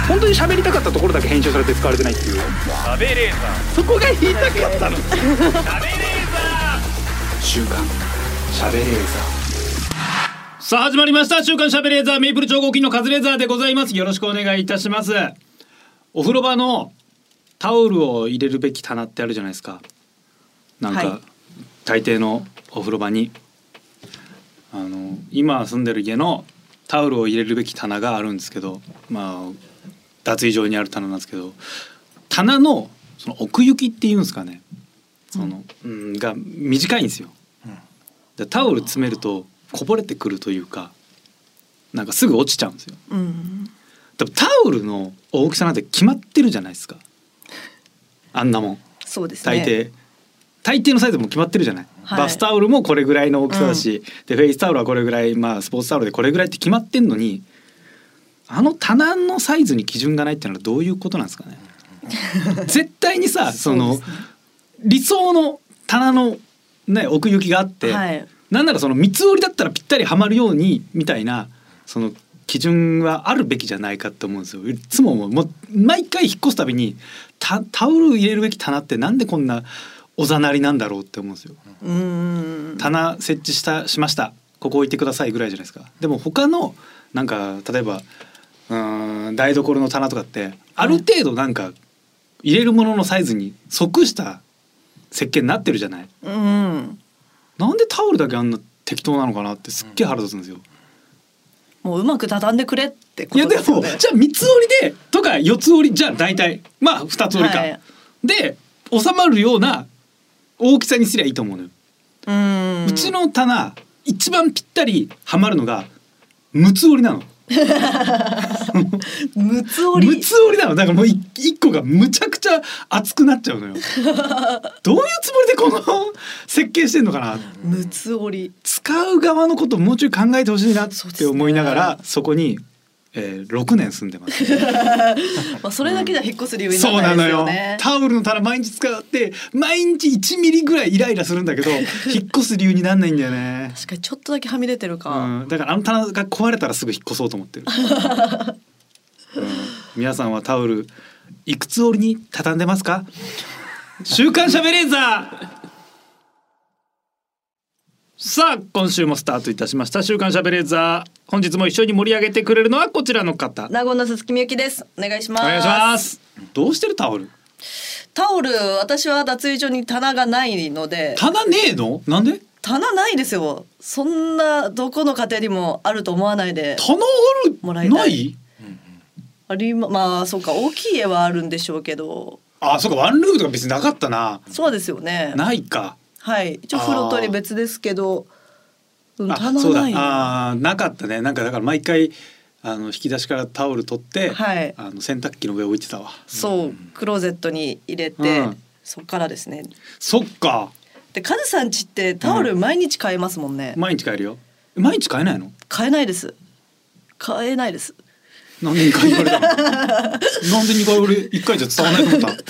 本当に喋りたかったところだけ編集されて使われてないっていう。 食べレーザそこが言いたかったの。 ー食べレーザ週刊しゃべレーザー。 さあ始まりました週刊しゃべレーザー、メイプル超合金のカズレーザーでございます。よろしくお願いいたします。お風呂場のタオルを入れるべき棚ってあるじゃないですか。なんか、 はい、 大抵のお風呂場に今住んでる家のタオルを入れるべき棚があるんですけど、まあ脱衣場にある棚なんですけど、棚のその奥行きっていうんですかね、その、が短いんですよ。でタオル詰めるとこぼれてくるというか、なんかすぐ落ちちゃうんですよ。でもタオルの大きさなんて決まってるじゃないですか。あんなもん。 そうですね。 大抵のサイズも決まってるじゃない、はい、バスタオルもこれぐらいの大きさだし、でフェイスタオルはこれぐらい、まあスポーツタオルでこれぐらいって決まってんのに、あの棚のサイズに基準がないっていうのはどういうことなんですかね。絶対にさ、その理想の棚のね奥行きがあって、はい、なんならその三つ折りだったらぴったりはまるようにみたいなその基準はあるべきじゃないかって思うんですよ。いつも毎回引っ越すたびにタオル入れるべき棚ってなんでこんなおざなりなんだろうって思うんですよ。棚設置しました、ここ置いてくださいぐらいじゃないですか。でも他のなんか例えば台所の棚とかってある程度なんか入れるもののサイズに即した設計になってるじゃない。なんでタオルだけあんな適当なのかなってすっげえ腹立つんですよ。 もううまく畳んでくれってことですよね。 いやでもじゃあ三つ折りでとか四つ折りじゃあ大体まあ二つ折りか、はい、で収まるような大きさにすりゃいいと思うのよ。うちの棚一番ぴったりはまるのが六つ折りなの。 六つ折りなの。だからもう一個がむちゃくちゃ厚くなっちゃうのよ。どういうつもりでこの設計してんのかな。 六つ折り使う側のことをもうちょい考えてほしいなって思いながら そこに6年住んでます。 まあそれだけじゃ引っ越す理由にならないですよね。そうなのよ。 タオルの棚毎日使って毎日1ミリぐらいイライラするんだけど引っ越す理由にならないんだよね。 確かにちょっとだけはみ出てるか、 だからあの棚が壊れたらすぐ引っ越そうと思ってる。皆さんはタオルいくつ折りに畳んでますか。週刊しゃべレーザー。さあ今週もスタートいたしました週刊しゃべレーザー。本日も一緒に盛り上げてくれるのはこちらの方、 名古屋の鈴木みゆきです。お願いします。 お願いします。どうしてるタオル私は脱衣所に棚がないので。 棚ねえの。なんで。 棚ないですよ。そんなどこの家庭にもあると思わないで棚あるもらいたい。 ないまあそうか、大きい家はあるんでしょうけど。 そうか、ワンルームとか別になかったな。 そうですよね。 ないか。 はい、一応風呂トイレ別ですけど、棚ない。 そうだ、なかったね。なんかだから毎回引き出しからタオル取って、はい、洗濯機の上置いてたわ。 そう、クローゼットに入れて、そっからですね。 そっか。 でカズさん家ってタオル毎日買えますもんね。 毎日買えるよ。毎日買えないの。 買えないです。買えないです。 なんで2回言われたの。なんで2回俺1回じゃ伝わらないと思った。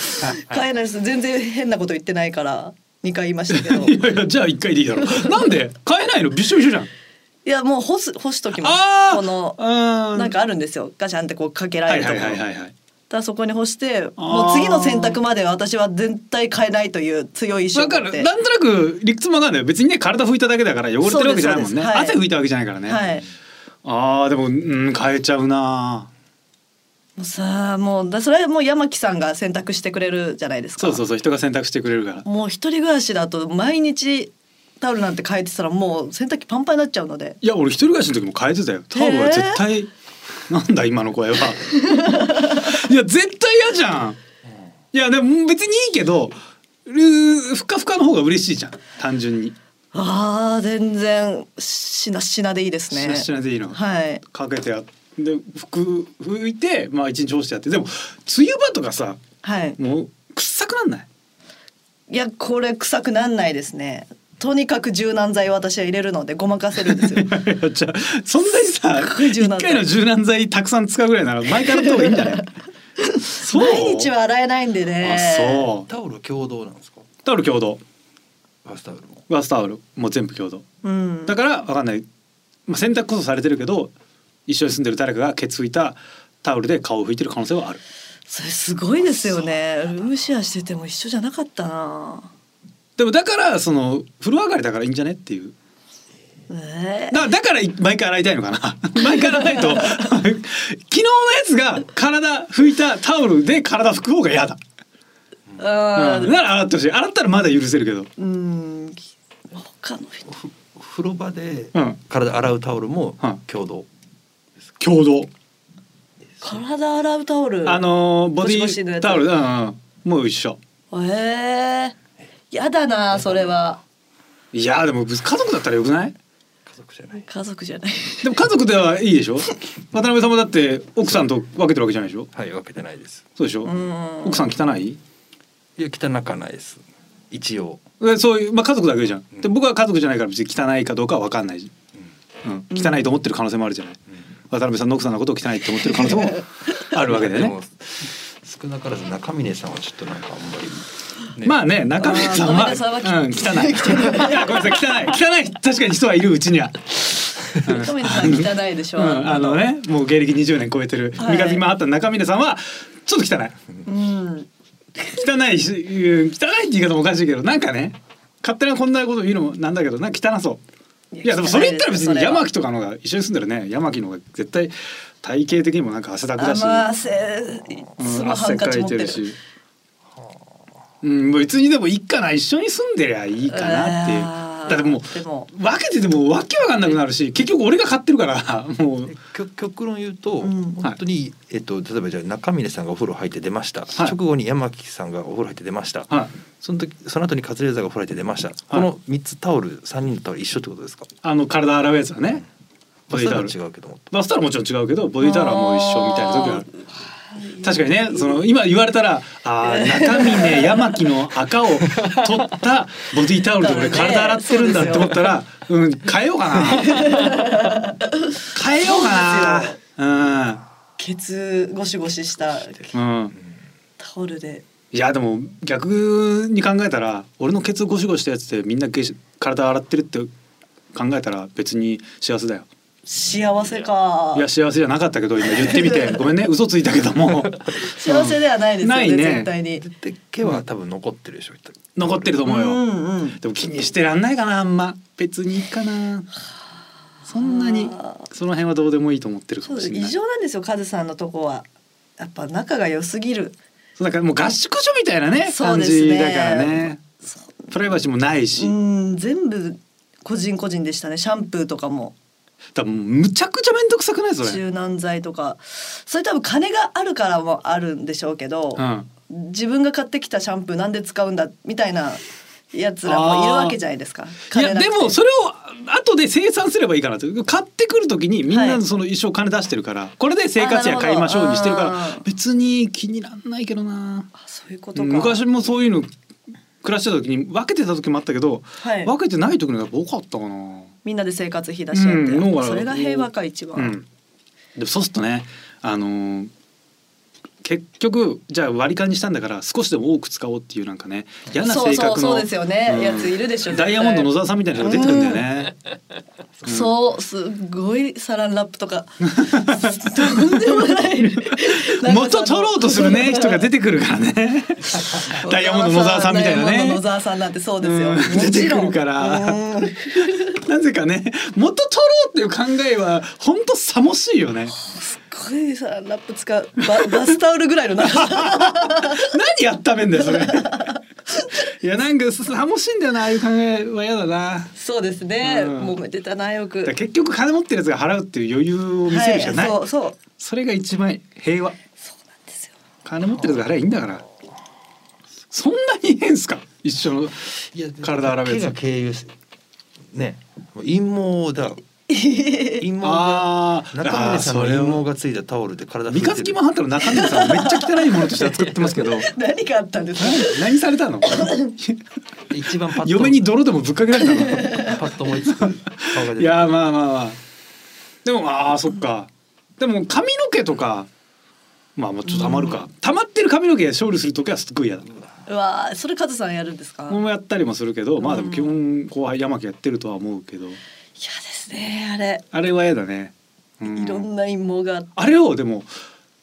買えないです。全然変なこと言ってないから2回言いましたけど。 いやじゃあ1回でいいだろう。なんで買えないの。びしょびしょじゃん。 いやもう干しときます。このなんかあるんですよ。ガシャンってこうかけられるところ。だからそこに干して、もう次の洗濯まで私は絶対変えないという強い意志を持って。 だからなんとなく理屈もわかんないよ。別にね体拭いただけだから汚れてるわけじゃないもんね。はい、汗拭いたわけじゃないからね。はい、でも変えちゃうな。 さあもうそれはもう山木さんが洗濯してくれるじゃないですか。 そう人が洗濯してくれるから。 もう一人暮らしだと毎日タオルなんて変えてたらもう洗濯機パンパンになっちゃうので。 いや俺一人暮らしの時も変えてたよ。タオルは絶対、なんだ今の声は。いや絶対嫌じゃん。いやでも別にいいけどふかふかの方が嬉しいじゃん単純に。 全然しなしなでいいですね。 しなでいいの。 はい。 かけてで拭いて一日干してやって。でも梅雨場とかさ、はい、もう臭くなんない。 いやこれ臭くなんないですね。とにかく柔軟剤を私は入れるのでごまかせるんですよ。 じゃあそんなにさ1回の柔軟剤たくさん使うぐらいなら前からやった方がいいんじゃない。 毎日は洗えないんでね。 そう。タオル共同なんですか。 タオル共同。 バスタオルも。 バスタオルも全部共同。だからわかんない。洗濯こそされてるけど一緒に住んでる誰かがケツ拭いたタオルで顔を拭いてる可能性はある。 それすごいですよね。ルームシェアしてても一緒じゃなかったな。 でもだからその風呂上がりだからいいんじゃねっていう。だから毎回洗いたいのかな毎回洗わないと昨日のやつが体拭いたタオルで体拭く方が嫌だ。なら洗ってほしい。洗ったらまだ許せるけど。 他の人風呂場で体洗うタオルも共同ですか？ 共同。 体洗うタオル。ボディタオル、もう一緒。 やだなそれは。 いやでも家族だったらよくない？ 家族じゃない。 でも家族ではいいでしょ。渡辺さんもだって奥さんと分けてるわけじゃないでしょ。 はい、分けてないです。 そうでしょ。奥さん汚い？ いや汚くはないです。一応。 そういう家族だけじゃん。で僕は家族じゃないから別に汚いかどうかは分かんない。汚いと思ってる可能性もあるじゃない。渡辺さんの奥さんのことを汚いと思ってる可能性もあるわけでね。 少なからず中峰さんはちょっとなんかあんまり、 まあね、中峰さんは汚い。いやごめんなさい、汚い確かに人はいるうちには。 中峰さん汚いでしょ。 もう芸歴20年超えてる三日今あった中峰さんはちょっと汚い。汚いし、汚いって言い方もおかしいけど、なんかね、勝手なこんなこと言うのもなんだけど、なんか汚そう。いやでもそれ言ったら別に山木とかのが一緒に住んでるね、山木のが絶対体型的にもなんか汗だくだし、汗かいてるし、別にでもいいかな、一緒に住んでりゃいいかなっていう。だってもう分けててもわけわかんなくなるし、結局俺が買ってるからもう極論言うと、本当に例えばじゃあ中峰さんがお風呂入って出ました、直後に山木さんがお風呂入って出ました、その後にカズレーザーがお風呂入って出ました、この3つタオル、3人のタオル一緒ってことですか？ 体洗うやつはね、 バスタオル違うけど、 バスタオルもちろん違うけどボディタオルはもう一緒みたいな時はある。確かにね、その今言われたら中峰山木の赤を取ったボディタオルで俺体洗ってるんだって思ったら、変えようかな変えようかな。 ケツゴシゴシしたタオルで。 いやでも逆に考えたら、俺のケツゴシゴシしたやつでみんな体洗ってるって考えたら別に幸せだよ。 幸せか。 いや幸せじゃなかったけど今言ってみてごめんね、嘘ついたけども幸せではないですよね、絶対に。 で毛は多分残ってるでしょ。 残ってると思うよ。でも気にしてらんないかな、あんま別にいいかな。そんなにその辺はどうでもいいと思ってるかもしれない。 異常なんですよ、カズさんのとこは。やっぱ仲が良すぎる。 そうだからもう合宿所みたいなね感じだからね。プライバシーもないし。 全部個人個人でしたね。シャンプーとかも。 多分むちゃくちゃ面倒くさくないそれ。 柔軟剤とか、それ多分金があるからもあるんでしょうけど、自分が買ってきたシャンプーなんで使うんだみたいなやつらもいるわけじゃないですか。 いやでもそれを後で生産すればいいかなと。買ってくる時にみんなその一生金出してるから、これで生活や買いましょうにしてるから別に気になんないけどな。 そういうことか。 昔もそういうの暮らしてた時に分けてた時もあったけど、分けてない時のが多かったかな。 みんなで生活費出し合って、それが平和か一番。 でもそうするとね、結局じゃあ割り勘にしたんだから少しでも多く使おうっていうなんかね、嫌な性格のそうですよね、やついるでしょ。 ダイヤモンド野沢さんみたいな人が出てくるんだよね。 そうすごいサランラップとかとんでもない元取ろうとするね人が出てくるからね。ダイヤモンド野沢さんみたいなね。ダイヤモンド野沢さんなんてそうですよ。 出てくるから。なぜかね、元取ろうっていう考えは本当さもしいよね。 すごいサランラップ使うバスタオルぐらいの長さ。 何やっためんだよそれ。いやなんかさもしいんだよな、ああいう考えは嫌だな。 そうですね、揉めてたなよく。 結局金持ってるやつが払うっていう余裕を見せるしかない。 それが一番平和。 そうなんですよ。 金持ってるやつが払えばいいんだから。そんなに変すか一緒の体洗うやつ。 毛が経由ね、陰毛だ。陰毛が中峰さんの陰毛がついたタオルで体拭いてる。 三日月マンハンターの中峰さんめっちゃ汚いものとして扱ってますけど。 何があったんですか。 何されたの。 一番パッと嫁に泥でもぶっかけられたの。 パッと思いつく顔が出て。 いやまあでもそっか。でも髪の毛とかもうちょっとたまるか。たまってる髪の毛勝利する時はすっごい嫌だ。 うわ、それカズさんやるんですか。 もうやったりもするけど、まあでも基本後輩山木やってるとは思うけど。 嫌ですね、あれは嫌だね。 いろんな陰謀があれをでも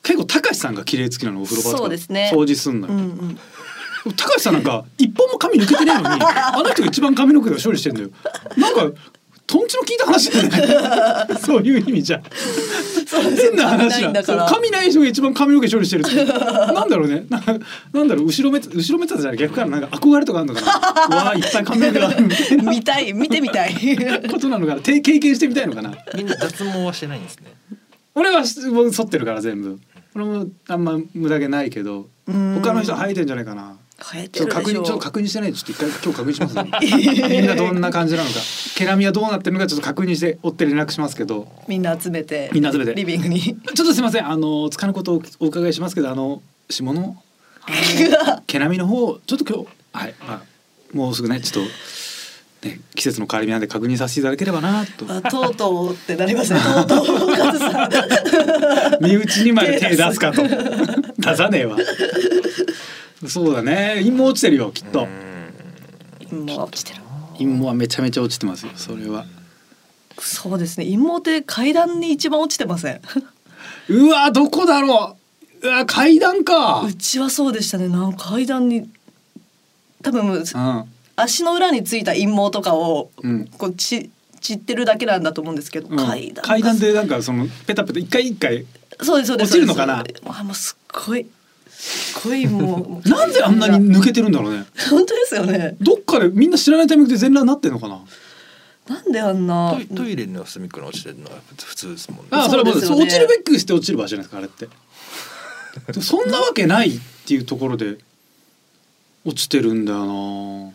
結構高橋さんが綺麗好きなのお風呂場とかそうですね掃除すんのよ、高橋さんなんか一本も髪抜けてないのにあの人が一番髪の毛が処理してんだよ。なんかとんちの聞いた話だよねそういう意味じゃ変な話だ。髪ない人が一番髪の毛処理してるってなんだろうね。なんだろう、後ろめたさじゃない、逆からなんか憧れとかあるのかなわーいっぱい髪の毛があるみたいな見てみたいことなのかな、経験してみたいのかな。 みんな脱毛はしてないんですね。 俺は剃ってるから全部。俺もあんま無駄毛ないけど他の人は生えてんじゃないかな。 生えてるでしょ。 ちょっと確認してないでちょっと一回今日確認しますねみんなどんな感じなのか、毛並みはどうなってるのかちょっと確認して追って連絡しますけど、 みんな集めてリビングにちょっとすいませんつかぬことをお伺いしますけど下の毛並みの方ちょっと今日はい、もうすぐねちょっとね季節の変わり目なんで確認させていただければなと。 とうとうってなりますね。とうとうカズさん身内にまで手出すかと出さねえわそうだね、陰毛落ちてるよきっと。 陰毛は落ちてる。 陰毛はめちゃめちゃ落ちてますよそれは。 そうですね、陰毛って階段に一番落ちてませんうわどこだろう。うわ階段か。 うちはそうでしたね。なんか階段に多分、足の裏についた陰毛とかをこう散ってるだけなんだと思うんですけど、階段でなんかそのペタペタ一回そうです落ちるのかな。 もうすっごいもうなんであんなに抜けてるんだろうね本当ですよね。 どっかでみんな知らないタイミングで全裸になってんのかな。 なんであんなトイレの隅っこに落ちてるのは普通ですもんね。 それはもう落ちるべくして落ちる場所じゃないですかあれってそんなわけないっていうところで落ちてるんだよな。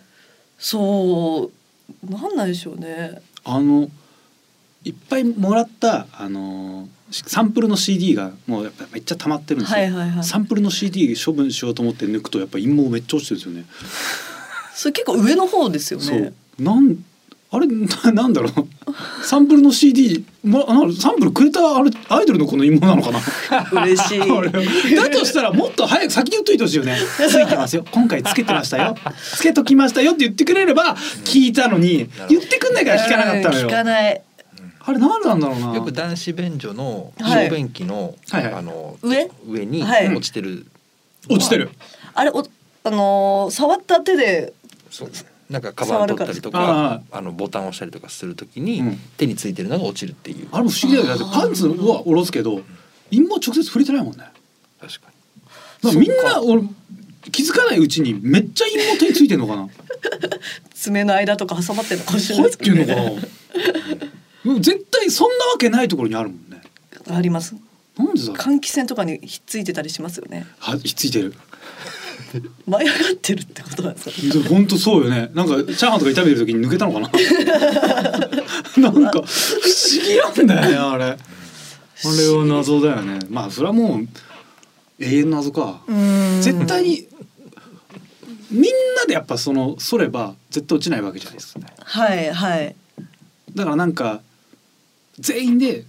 そうなんなんでしょうね。 いっぱいもらったサンプルの CD がもうやっぱめっちゃ溜まってるんですよ、サンプルの CD 処分しようと思って抜くとやっぱ陰毛めっちゃ落ちてるんですよね。 それ結構上の方ですよね。 そうあれなんだろうサンプルの CD、サンプルくれたあれアイドルの子の陰毛なのかな嬉しいだとしたらもっと早く先に言っといてほしいよねついてますよ今回つけてましたよつけときましたよって言ってくれれば聞いたのに言ってくんないから聞かなかったのよ。 聞かない。 あれ何なんだろうな。 よく男子便所の小便器の、上に落ちてる、 あれ触った手でなんかカバン取ったりとかボタンを押したりとかするときに、手についてるのが落ちるっていう。 あれも不思議だよね。パンツは下ろすけど陰毛直接触れてないもんね。 確かに。 みんな気づかないうちにめっちゃ陰毛手についてるのかな爪の間とか挟まってるのかもしれないですけどね。 入ってるのかな絶対そんなわけないところにあるもんね。 あります。 なんでだろう。 換気扇とかにひっついてたりしますよね。 ひっついてる舞い上がってるってことなんですか。 本当そうよね。なんかチャーハンとか炒めてる時に抜けたのかななんか不思議なんだよねあれは謎だよね。まあそれはもう永遠の謎か。絶対にみんなでやっぱそれば絶対落ちないわけじゃないですかね。 はいだからなんか全員で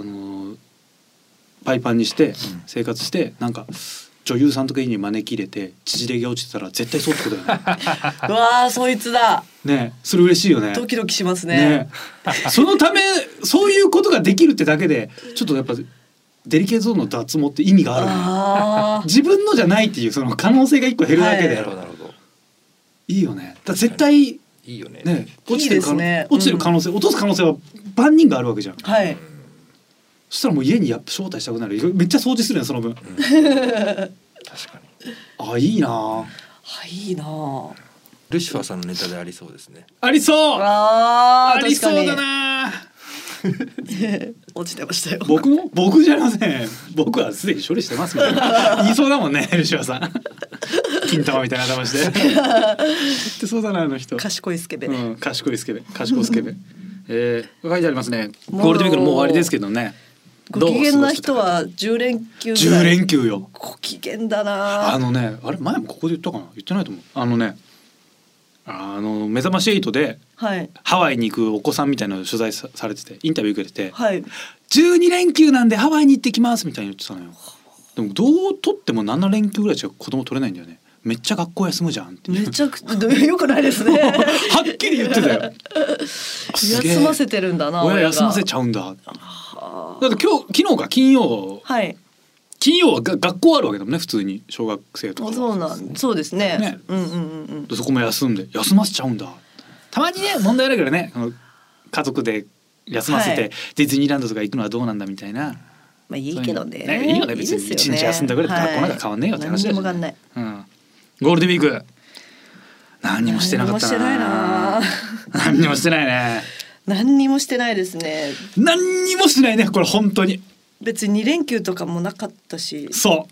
パイパンにして生活してなんか女優さんとかに招き入れて縮れ毛落ちてたら絶対そうってことだよねうわーそいつだね。それ嬉しいよね。 ドキドキしますね。 そのためそういうことができるってだけでちょっとやっぱデリケートゾーンの脱毛って意味がある、自分のじゃないっていうその可能性が一個減るだけで、いいよね。だ絶対いいよね。 落ちてる可能性、落とす可能性は万人があるわけじゃん。そしたらもう家に招待したくなる。めっちゃ掃除するねその分確かに。いいな。 いいな。 ルシファーさんのネタでありそうですね。 ありそう。ありそうだな落ちてましたよ。 僕じゃありません。僕はすでに処理してますみたいな言いそうだもんねルシファーさん金玉みたいな頭して言ってそうだなあの人。 賢いスケベ、 賢いスケベ書いてありますね。ゴールデンウィークのもう終わりですけどね。 ご機嫌な人は10連休ぐらい。10 連休よ。 ご機嫌だな。 あれ前もここで言ったかな。言ってないと思う。目覚まし8でハワイに行くお子さんみたいなの取材されててインタビュー受けてて、12連休なんでハワイに行ってきますみたいに言ってたのよ。でもどう取っても7連休ぐらいしか子供取れないんだよね。めっちゃ学校休むじゃんって。めちゃくちゃよくないですねはっきり言ってたよ休ませてるんだな。 親休ませちゃうんだ。だって昨日か金金曜は学校あるわけだもんね、普通に小学生とか。 そうですね。 そこも休ませちゃうんだ。たまにね問題あるからね、家族で休ませてディズニーランドとか行くのはどうなんだみたいな。 まあいいけどね。 いいよね別に一日休んだぐらいで学校なんか変わんねえよって話だし。ゴールデンウィーク何にもしてなかったな。何にもしてないね。 何にもしてないですね。 何にもしてないねこれ本当に。 別に2連休とかもなかったし。 そう。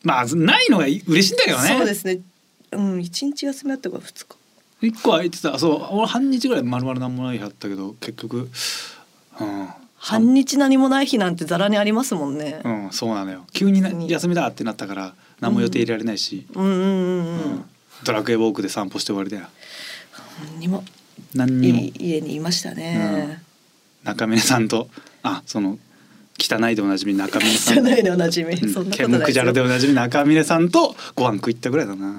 まあないのが嬉しいんだけどね。 そうですね。1日休みあったから2日。 1個空いてた。そう俺半日ぐらい丸々何もない日あったけど結局。 半日何もない日なんてざらにありますもんね。 そうなのよ。急に休みだってなったから何も予定入れられないし。ドラクエウォークで散歩して終わりだよ。何にも家にいましたね。 中峰さんとその汚いでおなじみ中峰さん。 汚いでおなじみ。 ケムクジャラでおなじみ中峰さんとご飯食いったぐらいだな。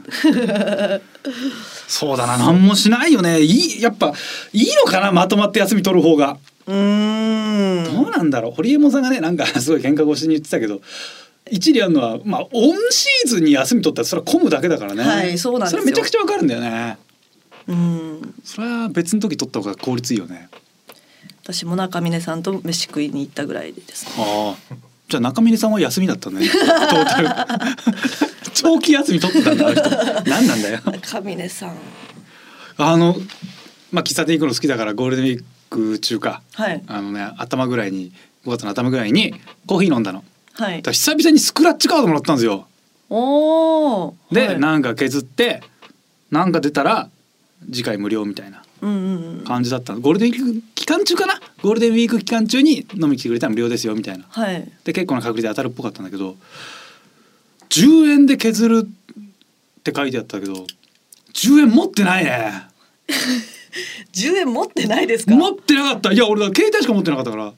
そうだな何もしないよね。やっぱいいのかなまとまって休み取る方が。どうなんだろう。堀江門さんがねなんかすごい喧嘩越しに言ってたけど。一理あるのはオンシーズンに休み取ったらそれは混むだけだからね。 はいそうなんですよ。 それめちゃくちゃわかるんだよね。それは別の時取った方が効率いいよね。 私も中峰さんと飯食いに行ったぐらいですね。じゃあ中峰さんは休みだったね。トータル長期休み取ってたんだあの人。何なんだよ。 中峰さん喫茶店行くの好きだからゴールデンウィーク中か、頭ぐらいに5月の頭ぐらいにコーヒー飲んだの。だ久々にスクラッチカードもらったんですよ。で、なんか削ってなんか出たら次回無料みたいな感じだったの。ゴールデンウィーク期間中かな。ゴールデンウィーク期間中に飲み来てくれたら無料ですよみたいな。で結構な確率で当たるっぽかったんだけど10円で削るって書いてあったけど10円持ってないね。 10円持ってないですか。 持ってなかった。いや俺携帯しか持ってなかったから。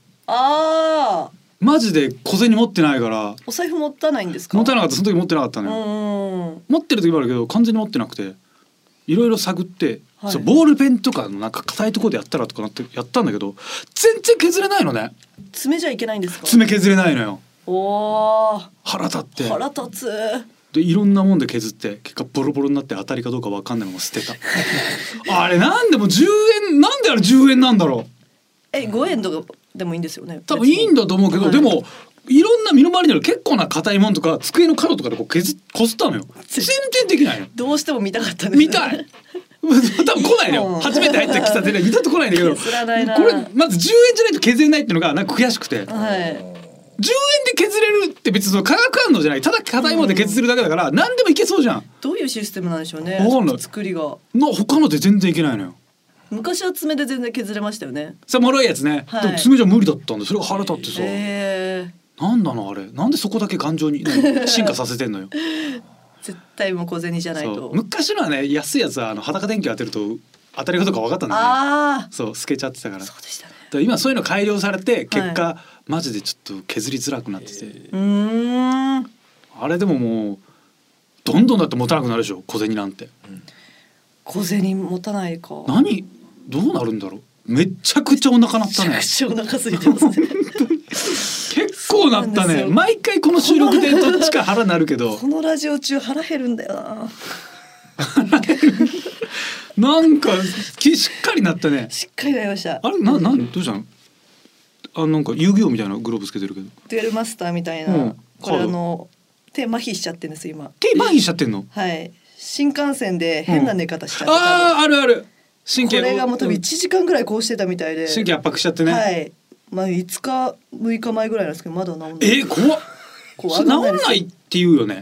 マジで小銭持ってないから。 お財布持たないんですか。 持たなかった。その時持ってなかったのよ。持ってる時もあるけど完全に持ってなくていろいろ探って、ボールペンとかのなんか硬いところでやったらとかなってやったんだけど全然削れないのね。 爪じゃいけないんですか。 爪削れないのよ。 腹立って。腹立つ。 でいろんなもんで削って結果ボロボロになって当たりかどうか分かんないまま捨てた。あれなんでも10円なんであれ10円なんだろう。 5円とかでもいいんですよね。 多分いいんだと思うけど、でもいろんな身の回りにある結構な硬いもんとか机の角とかでこすったのよ。全然できないの。どうしても見たかったんですね。 見たい。多分来ないのよ。初めて入った喫茶店で二度と来ないんだけどこれまず10円じゃないと削れないっていうのがなんか悔しくて、10円で削れるって別にその化学反応じゃない、ただ硬いもので削るだけだから何でもいけそうじゃん。 どういうシステムなんでしょうね。作りが他ので全然いけないのよ。 昔は爪で全然削れましたよね。 さ脆いやつね、でも爪じゃ無理だったんでそれが腹立ってさ、なんだのあれなんでそこだけ頑丈に、進化させてんのよ。 絶対もう小銭じゃないと。 昔のはね安いやつは裸電球当てると当たりがどうか分かったんだね。そう透けちゃってたから。 そうでしたね。 だから今そういうの改良されて結果、マジでちょっと削りづらくなってて、あれでももうどんどんだって持たなくなるでしょ小銭なんて。 小銭持たないか。 どうなるんだろう。めちゃくちゃお腹鳴ったね。 めちゃくちゃお腹空いてますね。 結構鳴ったね。毎回この収録でどっちか腹鳴るけどこのラジオ中腹減るんだよな。 なんかしっかり鳴ったね。 しっかりなりました。 あれどうしたの。なんか遊戯王みたいなグローブつけてるけどデュエルマスターみたいな、これ手麻痺しちゃってるんです今。 手麻痺しちゃってんの。 はい、新幹線で変な寝方しちゃって、 ある神経これがもう多分1時間ぐらいこうしてたみたいで神経圧迫しちゃってね。 はい、5日6日前ぐらいなんですけどまだ治んない。 怖っ。治んないって言うよね。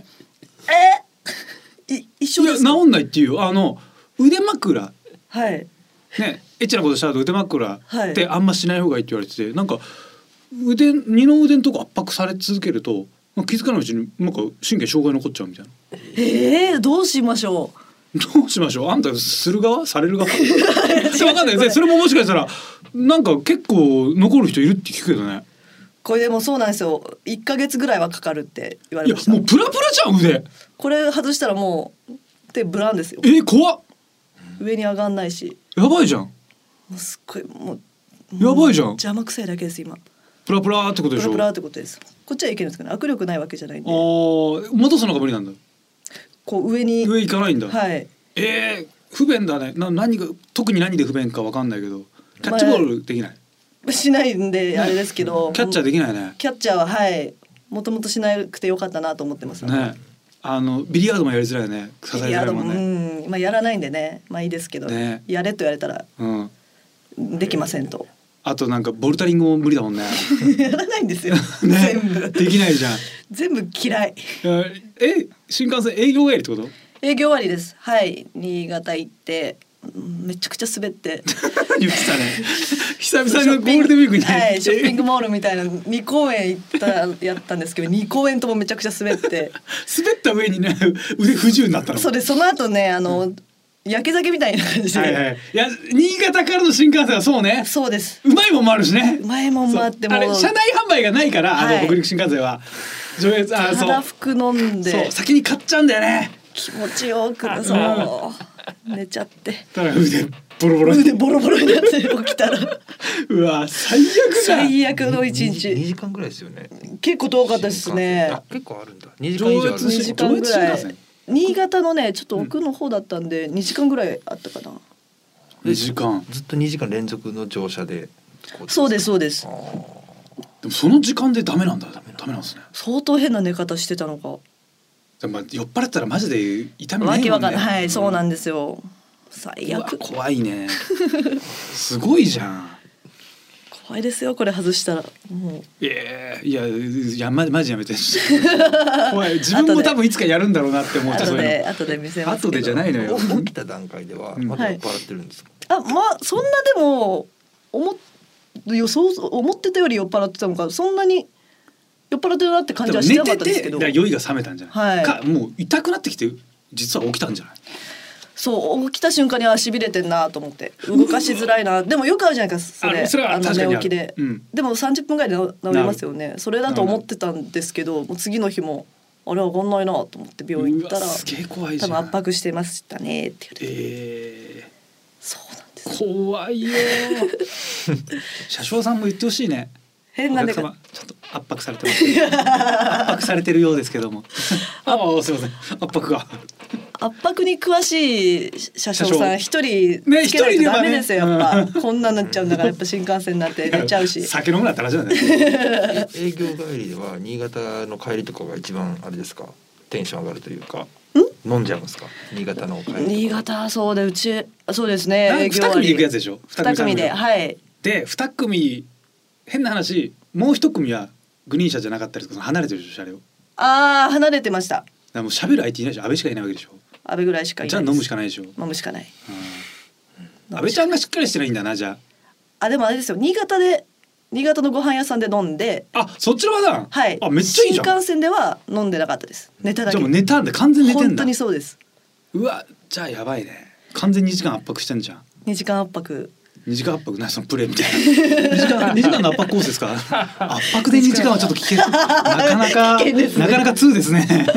一緒ですか。 いや治んないっていう腕枕ねエッチなことした後腕枕ってあんましない方がいいって言われてて、なんか二の腕のとこ圧迫され続けると気づかないうちになんか神経障害残っちゃうみたいな。 どうしましょう。 あんたする側される側って分かんない。それももしかしたらなんか結構残る人いるって聞くけどね。 これでもそうなんですよ。1ヶ月ぐらいはかかるって言われました。 いやもうプラプラじゃん腕。これ外したらもう手ブランですよ。 怖っ。 上に上がんないし。 やばいじゃん。 もうすっごいもうやばいじゃん。 邪魔くさいだけです今。 プラプラってことでしょ。 プラプラってことです。こっちはいけるんですかね。握力ないわけじゃないんで。 戻すのが無理なんだ。 こう上行かないんだ。 はい。 不便だね。何が特に何で不便かわかんないけど、キャッチボールできない。 しないんであれですけど、 キャッチャーできないね。 キャッチャーははいもともとしなくてよかったなと思ってますね。ビリヤードもやりづらいよね。 ビリヤードもやらないんでね、まあいいですけど、やれと言われたらできませんと。 あとなんかボルダリングも無理だもんね。 やらないんですよ。全部できないじゃん。 全部嫌い。 新幹線営業帰りってこと？ 営業終わりです。はい、新潟行ってめちゃくちゃ滑って。 言ってたね。久々のゴールデンウィークに、 はい、ショッピングモールみたいな2公園やったんですけど、2公園ともめちゃくちゃ滑って。 滑った上にね腕不自由になったの。 そうです。その後ね焼け酒みたいな感じで、 いや新潟からの新幹線はそうね。 そうです。 うまいもんもあるしね。 うまいもんもあっても、 あれ車内販売がないから、北陸新幹線はただ服飲んで、 そう先に買っちゃうんだよね。 気持ちよくそう寝ちゃって、 だから腕ボロボロになって起きたらうわ最悪だ。 最悪の一日。 2時間ぐらいですよね。 結構遠かったですね。 結構あるんだ。2時間以上ある。 2時間ぐらい。新潟のねちょっと奥の方だったんで2時間ぐらいあったかな。 2時間ずっと2時間連続の乗車で。 そうですそうです。 でもその時間でダメなんだ。ダメなんですね。 相当変な寝方してたのか。 でも酔っ払ったらマジで痛みないもんね。 わけわかんない。はい、そうなんですよ。最悪。 怖いね。すごいじゃん。 怖いですよこれ外したら。もういやマジやめて。怖い。自分も多分いつかやるんだろうなって思う。 後で見せますけど。 後でじゃないのよ。 起きた段階ではまだ酔っ払ってるんですか。 まあそんなでも思ってたより酔っ払ってたのか、そんなに酔っ払ってるなって感じはしてなかったですけど。 酔いが冷めたんじゃない。かもう痛くなってきて実は起きたんじゃない。 そう起きた瞬間に痺れてんなと思って動かしづらいな。でもよくあるじゃないですかそれ寝起きで、でも30分ぐらいで治りますよね。それだと思ってたんですけど、もう次の日もあれ上がんないなと思って病院行ったらすげえ怖いじゃん。 多分圧迫してましたねって言われて。そうなんです。 怖いよ。車掌さんも言ってほしいね。 変なお客様ちょっと圧迫されてます。圧迫されてるようですけども。すいません圧迫が。 圧迫に詳しい車掌さん一人つけないとダメですよ、やっぱこんなになっちゃうんだからやっぱ新幹線になって寝ちゃうし。 酒飲むなって話じゃない。 営業帰りでは新潟の帰りとかが一番あれですか、テンション上がるというか飲んじゃうんですか新潟の帰り。 新潟そうでうちそうですね。 2組で行くやつでしょ。 2組ではいで2組変な話もう1組はグリーン車じゃなかったりとか離れてるでしょ車両。 離れてました。 もう喋る相手いないでしょ。安倍しかいないわけでしょ。 安倍ぐらいしかいない。 じゃあ飲むしかないでしょ。 飲むしかない。 安倍ちゃんがしっかりしてないんだなじゃあ。 でもあれですよ新潟のご飯屋さんで飲んで。 そっちのパターン。 はい。 めっちゃいいじゃん。 新幹線では飲んでなかったです。寝ただけ。 じゃあもう寝たんで完全に寝てんだ。 本当にそうです。 うわじゃあやばいね。完全に2時間圧迫してんじゃん。 2時間圧迫。 2時間圧迫なそのプレイみたいな。2時間の圧迫コースですか。圧迫で2時間はちょっと危険。なかなか2ですね。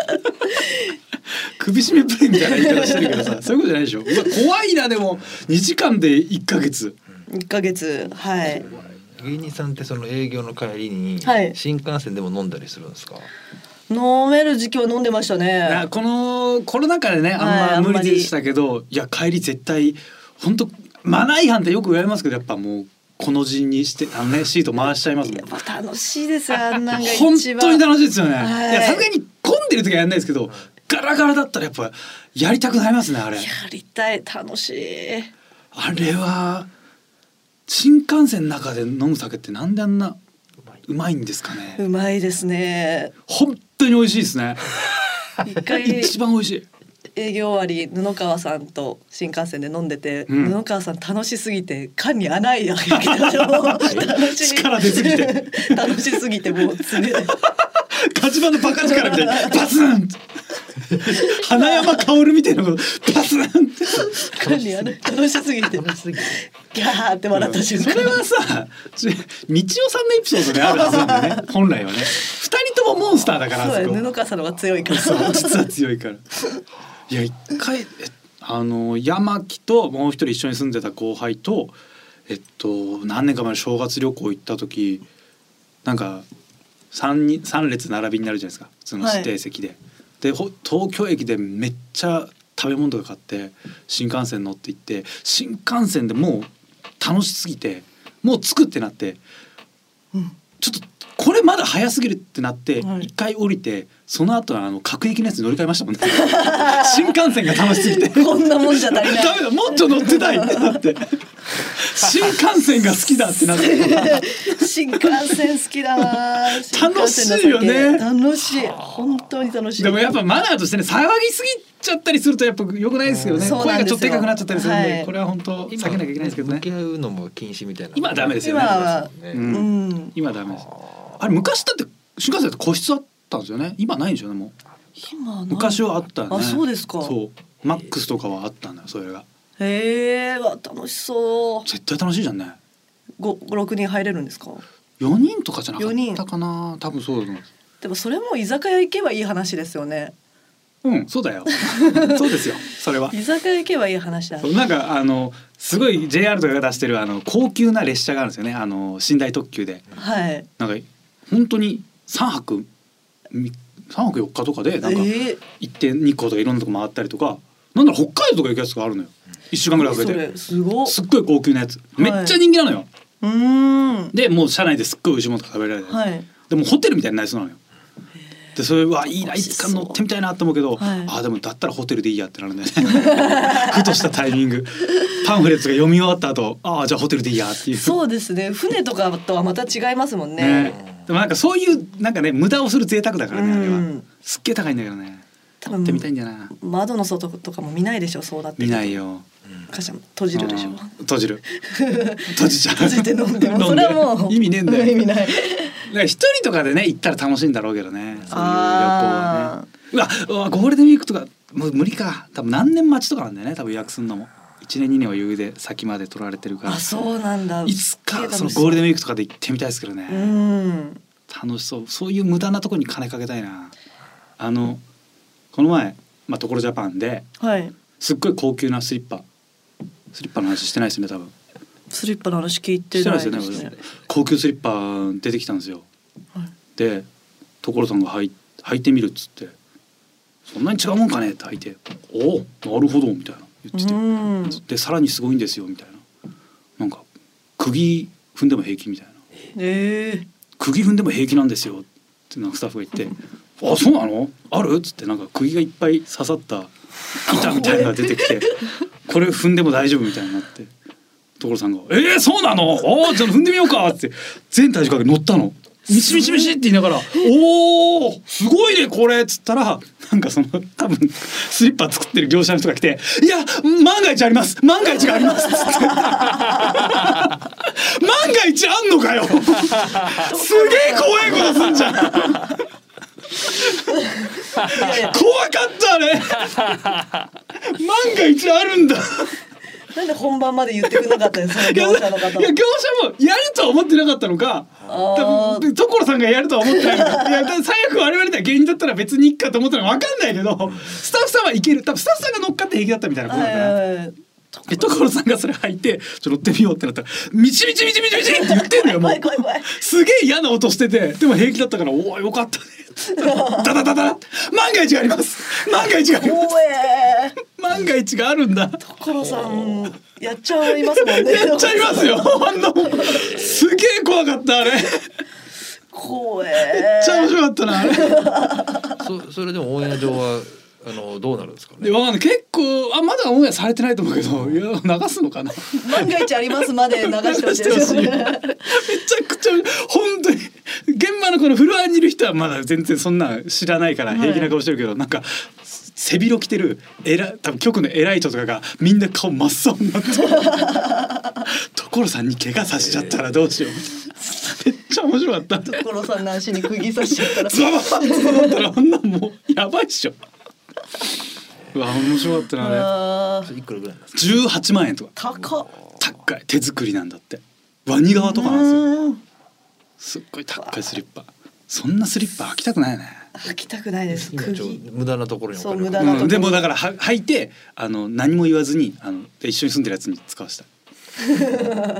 首絞めプレイみたいな言い方してるけどさ、そういうことじゃないでしょ。うわ怖いな。でも2時間で1ヶ月はい。 芸人さんってその営業の帰りに新幹線でも飲んだりするんですか。 飲める時期は飲んでましたね。 このコロナ禍でねあんま無理でしたけど、いや帰り絶対本当マナー違反ってよく言われますけど、やっぱもうこの字にしてシート回しちゃいますもん。 やっぱ楽しいですよあんなんが本一番。 当に楽しいですよね。いやさすがに混んでる時はやんないですけど、ガラガラだったらやっぱやりたくなりますねあれ。 やりたい楽しい。 あれは新幹線の中で飲む酒ってなんであんなうまいんですかね。 うまいですね。 本当に美味しいですね。一番美味しい。 営業終わり布川さんと新幹線で飲んでて、布川さん楽しすぎて缶に穴開けて力出すぎて楽しすぎてもう爪でガチバンのバカ力みたいなバスン花山薫みたいなことバスン缶に穴楽しすぎてギャーって笑った瞬間、 それはさ道夫さんのエピソードであるはずなんだよね本来はね。2人ともモンスターだから。 そう布川さんの方が強いから。 そう実は強いから。いや一回山木ともう一人一緒に住んでた後輩と何年か前正月旅行行った時なんか3列並びになるじゃないですか普通の指定席で、はい、で東京駅でめっちゃ食べ物とか買って新幹線乗って行って、新幹線でもう楽しすぎてもう着くってなって、ちょっとこれまだ早すぎるってなって一回降りて、その後は各駅のやつに乗り換えましたもんね新幹線が楽しすぎてこんなもんじゃ足りないダメだもっと乗ってたいってなって新幹線が好きだってなって新幹線好きだな。 楽しいよね。 楽しい、本当に楽しい。 でもやっぱマナーとしてね、騒ぎすぎちゃったりするとやっぱ良くないですけどね、声がちょっとでかくなっちゃったりするんで、はい、これは本当避けなきゃいけないですけどね。 向き合うのも禁止みたいな。今はダメですよね。今はダメです。あれ昔だって新幹線って個室あったんですよね。今ないんでしょうね。もう今昔はあったよね。 あ、そうですか。 そうマックスとかはあったんだよそれが。 へえ、楽しそう。 絶対楽しいじゃんね。 6人入れるんですか。 4人とかじゃなかったかな。多分そうだと思う。 でもそれも居酒屋行けばいい話ですよね。 そうだよそうですよそれは。 居酒屋行けばいい話だ。 なんかすごい JR とかが出してる高級な列車があるんですよね。寝台特急で、 はい、 なんか本当に3泊4日とかでなんか行って日光とかいろんなとこ回ったりとか、なんだろ北海道とか行くやつがあるのよ。1週間ぐらいかけて。すっごい高級なやつ、めっちゃ人気なのよ。でもう車内ですっごい美味しいものとか食べられる、はい、でもホテルみたいになりそうなのよ。でそれはいいな、いつか乗ってみたいなと思うけど、でもだったらホテルでいいやってなるんだよねふとしたタイミングパンフレットが読み終わった後、じゃあホテルでいいやっていう。そうですね、船とかとはまた違いますもん ね。でもなんかそういうなんかね無駄をする贅沢だからね、あれはすっげえ高いんだけどね。乗ってみたいんだよな。窓の外とかも見ないでしょ。そうだって見ないよ。カシャ閉じるでしょ。閉じる閉じちゃう。閉じて飲んでもそれはもう意味ねえんだよ。意味ない。一人とかでね行ったら楽しいんだろうけどね、そういう旅行はね。うわゴールデンウィークとかもう無理か。多分何年待ちとかなんだよね、多分予約するのも。1年2年は余裕で先まで取られてるから。そうなんだ。いつかそのゴールデンウィークとかで行ってみたいですけどね。楽しそう。そういう無駄なとこに金かけたいな。この前トコロジャパンで、はい、すっごい高級なスリッパの話してないですね多分。スリッパの話聞いてないですね。高級スリッパ出てきたんですよ、はい、で所さんが履いてみるっつって、そんなに違うもんかねって履いて、おなるほどみたいな言ってて、でさらにすごいんですよみたいな、なんか釘踏んでも平気みたいな、釘踏んでも平気なんですよってなんかスタッフが言ってあ、そうなのあるっつって、なんか釘がいっぱい刺さった板みたいなのが出てきてこれ踏んでも大丈夫みたいになって、所さんがそうなのじゃあ踏んでみようかって全体重かけ乗ったの。ミシミシミシって言いながらおーすごいねこれっつったら、なんかその多分スリッパ作ってる業者の人が来て、いや万が一あります、万が一がありますっつって万が一あんのかよすげえ怖いことすんじゃん怖かったね万が一あるんだなんで本番まで言ってくれなかったんですか業者の方。いや業者もやるとは思ってなかったのか、多分所さんがやるとは思ってないのか。いや最悪我々では芸人だったら別にいいかと思ったのか分かんないけど、スタッフさんはいける、多分スタッフさんが乗っかって平気だったみたいなことだから、所さんがそれ履いて乗ってみようってなったらミチミチミチミチミチって言ってんのよもうすげえ嫌な音してて、でも平気だったからおおよかったねダダダダ万が一があります、万が一があります万が一があるんだ。所さんやっちゃいますもんねやっちゃいますよすげえ怖かったあれ怖めっちゃ面白かったなあれそれでもオンエア上はどうなるんですかね。 わかんない、結構まだオンエアされてないと思うけど、いや流すのかな万が一ありますまで流してほしいですめちゃくちゃ本当に現場のこのフロアにいる人はまだ全然そんな知らないから平気な顔してるけど、なんか背広着てる多分局の偉い人とかがみんな顔真っ青になって所さんに怪我させちゃったらどうしようめっちゃ面白かった。 所さんの足に釘刺しちゃったらズババッとなったらこんなんもうやばいっしょうわ面白かったなあれ。いくらぐらいなんですか。18万円とか。高い、手作りなんだって。ワニ革とかなんですよ。すっごい高いスリッパ。そんなスリッパ履きたくないよね。 履きたくないです。 無駄なところにそう無駄なところ。 でもだから履いて何も言わずに一緒に住んでるやつに使わせた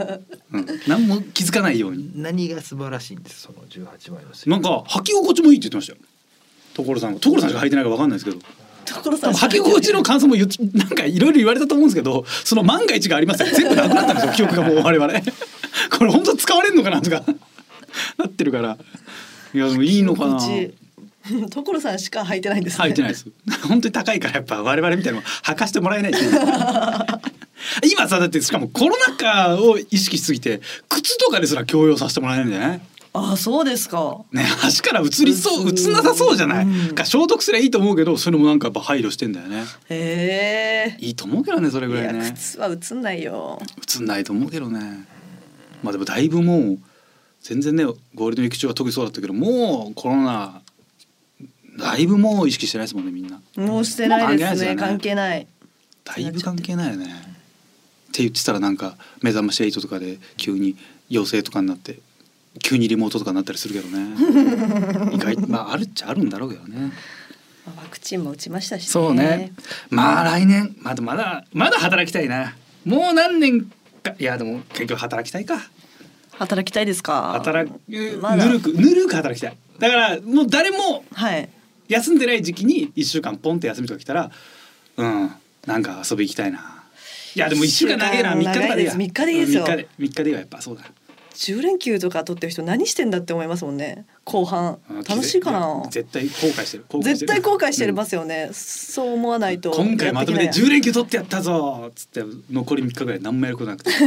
何も気づかないように。 何が素晴らしいんです？その18枚のスリッパ。 なんか履き心地もいいって言ってましたよ。所さんしか履いてないか分かんないですけど。 所さん履き心地の感想もなんかいろいろ言われたと思うんですけど、その万が一がありますよ。全部なくなったんですよ。記憶がもう我々これ本当使われるのかなとかなってるから。いやでもいいのかな。 所さんしか履いてないんですね。 履いてないです。本当に高いからやっぱ我々みたいなの履かしてもらえないっていう今さだってしかもコロナ禍を意識しすぎて靴とかですら強要させてもらえないんだよね。 あ、そうですか。 ね、足から移なさそうじゃない。消毒すればいいと思うけど、それもなんかやっぱ配慮してんだよね。いいと思うけどね、それぐらいね。 いや靴は移んないよ。 移んないと思うけどね。まあでもだいぶもう全然ね、ゴールデンウィーク中は特にそうだったけど、もうコロナだいぶもう意識してないですもんね、みんな。 もうしてないですね。関係ない。 だいぶ関係ないよね。って言ってたらなんか目覚まし8とかで急に陽性とかになって。急にリモートとかになったりするけどね意外まああるっちゃあるんだろうけどね。 ワクチンも打ちましたしね。 そうね。まあ来年まだ働きたいな。もう何年か。いやでも結局働きたいか。 働きたいですか。 ぬるく働きたい。だからもう誰も休んでない時期に1週間ポンって休みとか来たら、なんか遊び行きたいな。いやでも1週間長いな。3日とかでいいや。3日でいいですよ。3日ではやっぱそうだ。 10連休とか取ってる人何してんだって思いますもんね。後半楽しいかな。 絶対後悔してる。 絶対後悔してますよね。そう思わないと。 今回まとめて10連休取ってやったぞっつって残り3日ぐらい何もやることなくて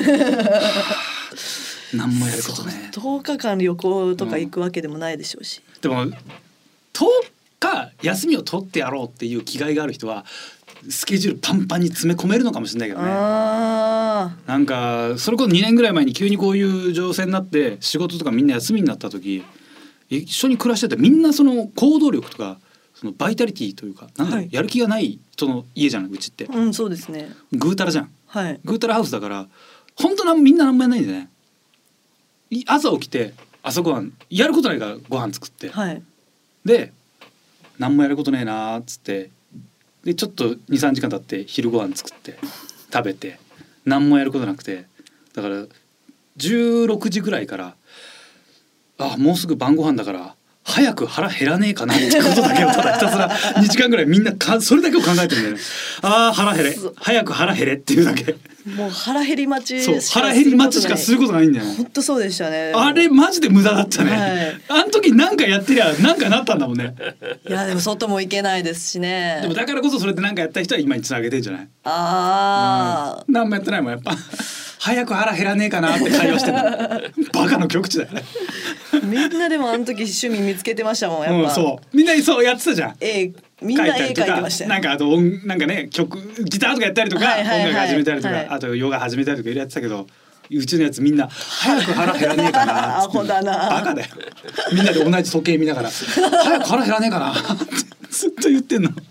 何もやることね。 10日間旅行とか行くわけでもないでしょうし。 でも10日休みを取ってやろうっていう気概がある人はスケジュールパンパンに詰め込めるのかもしれないけどね。なんかそれこそ2年ぐらい前に急にこういう情勢になって仕事とかみんな休みになった時、一緒に暮らしててみんなその行動力とかそのバイタリティというかなんだろう、やる気がない人の家じゃない、うちって。 そうですね。 ぐうたらじゃん。ぐうたらハウスだから本当みんな何もやらないんだよね。朝起きて朝ごはんやることないからご飯作って、で何もやることねえなーっつってでちょっと 2,3 時間経って昼ご飯作って食べて何もやることなくて、だから16時ぐらいからもうすぐ晩ご飯だから早く腹減らねえかなってことだけをただひたすら2時間ぐらいみんなそれだけを考えてるんだよね。腹減れ早く腹減れっていうだけ。 もう腹減り待ちしかすることないんだよね。 本当そうでしたね。 あれマジで無駄だったね、あの時なんかやってりゃなんかなったんだもんね。 いやでも外も行けないですしね。 でもだからこそそれでなんかやった人は今につなげてんじゃない。何もやってないもんやっぱ早く腹減らねえかなって会話してたバカの極致だよねみんなでもあの時趣味見つけてましたもんやっぱ、 そうみんなそうやってたじゃん。 みんな絵描いてましたよ。 なんかなんかねギターとかやったりとか、音楽始めたりとか、あとヨガ始めたりとかいろいろやってたけど、うちのやつみんな早く腹減らねえかなっつってバカだよ。みんなで同じ時計見ながら早く腹減らねえかなってずっと言ってんの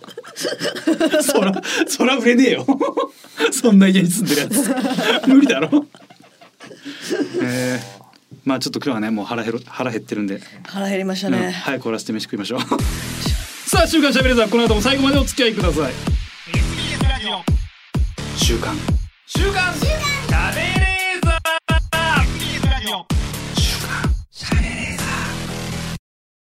そら売れねえよそんな家に住んでるやつ無理だろまあちょっと今日はねもう腹減ってるんで腹減りましたね、 早く終わらせて飯食いましょうさあ週刊しゃべれーザー、この後も最後までお付き合いください。週刊しゃべれーザー、週刊しゃべれーザー、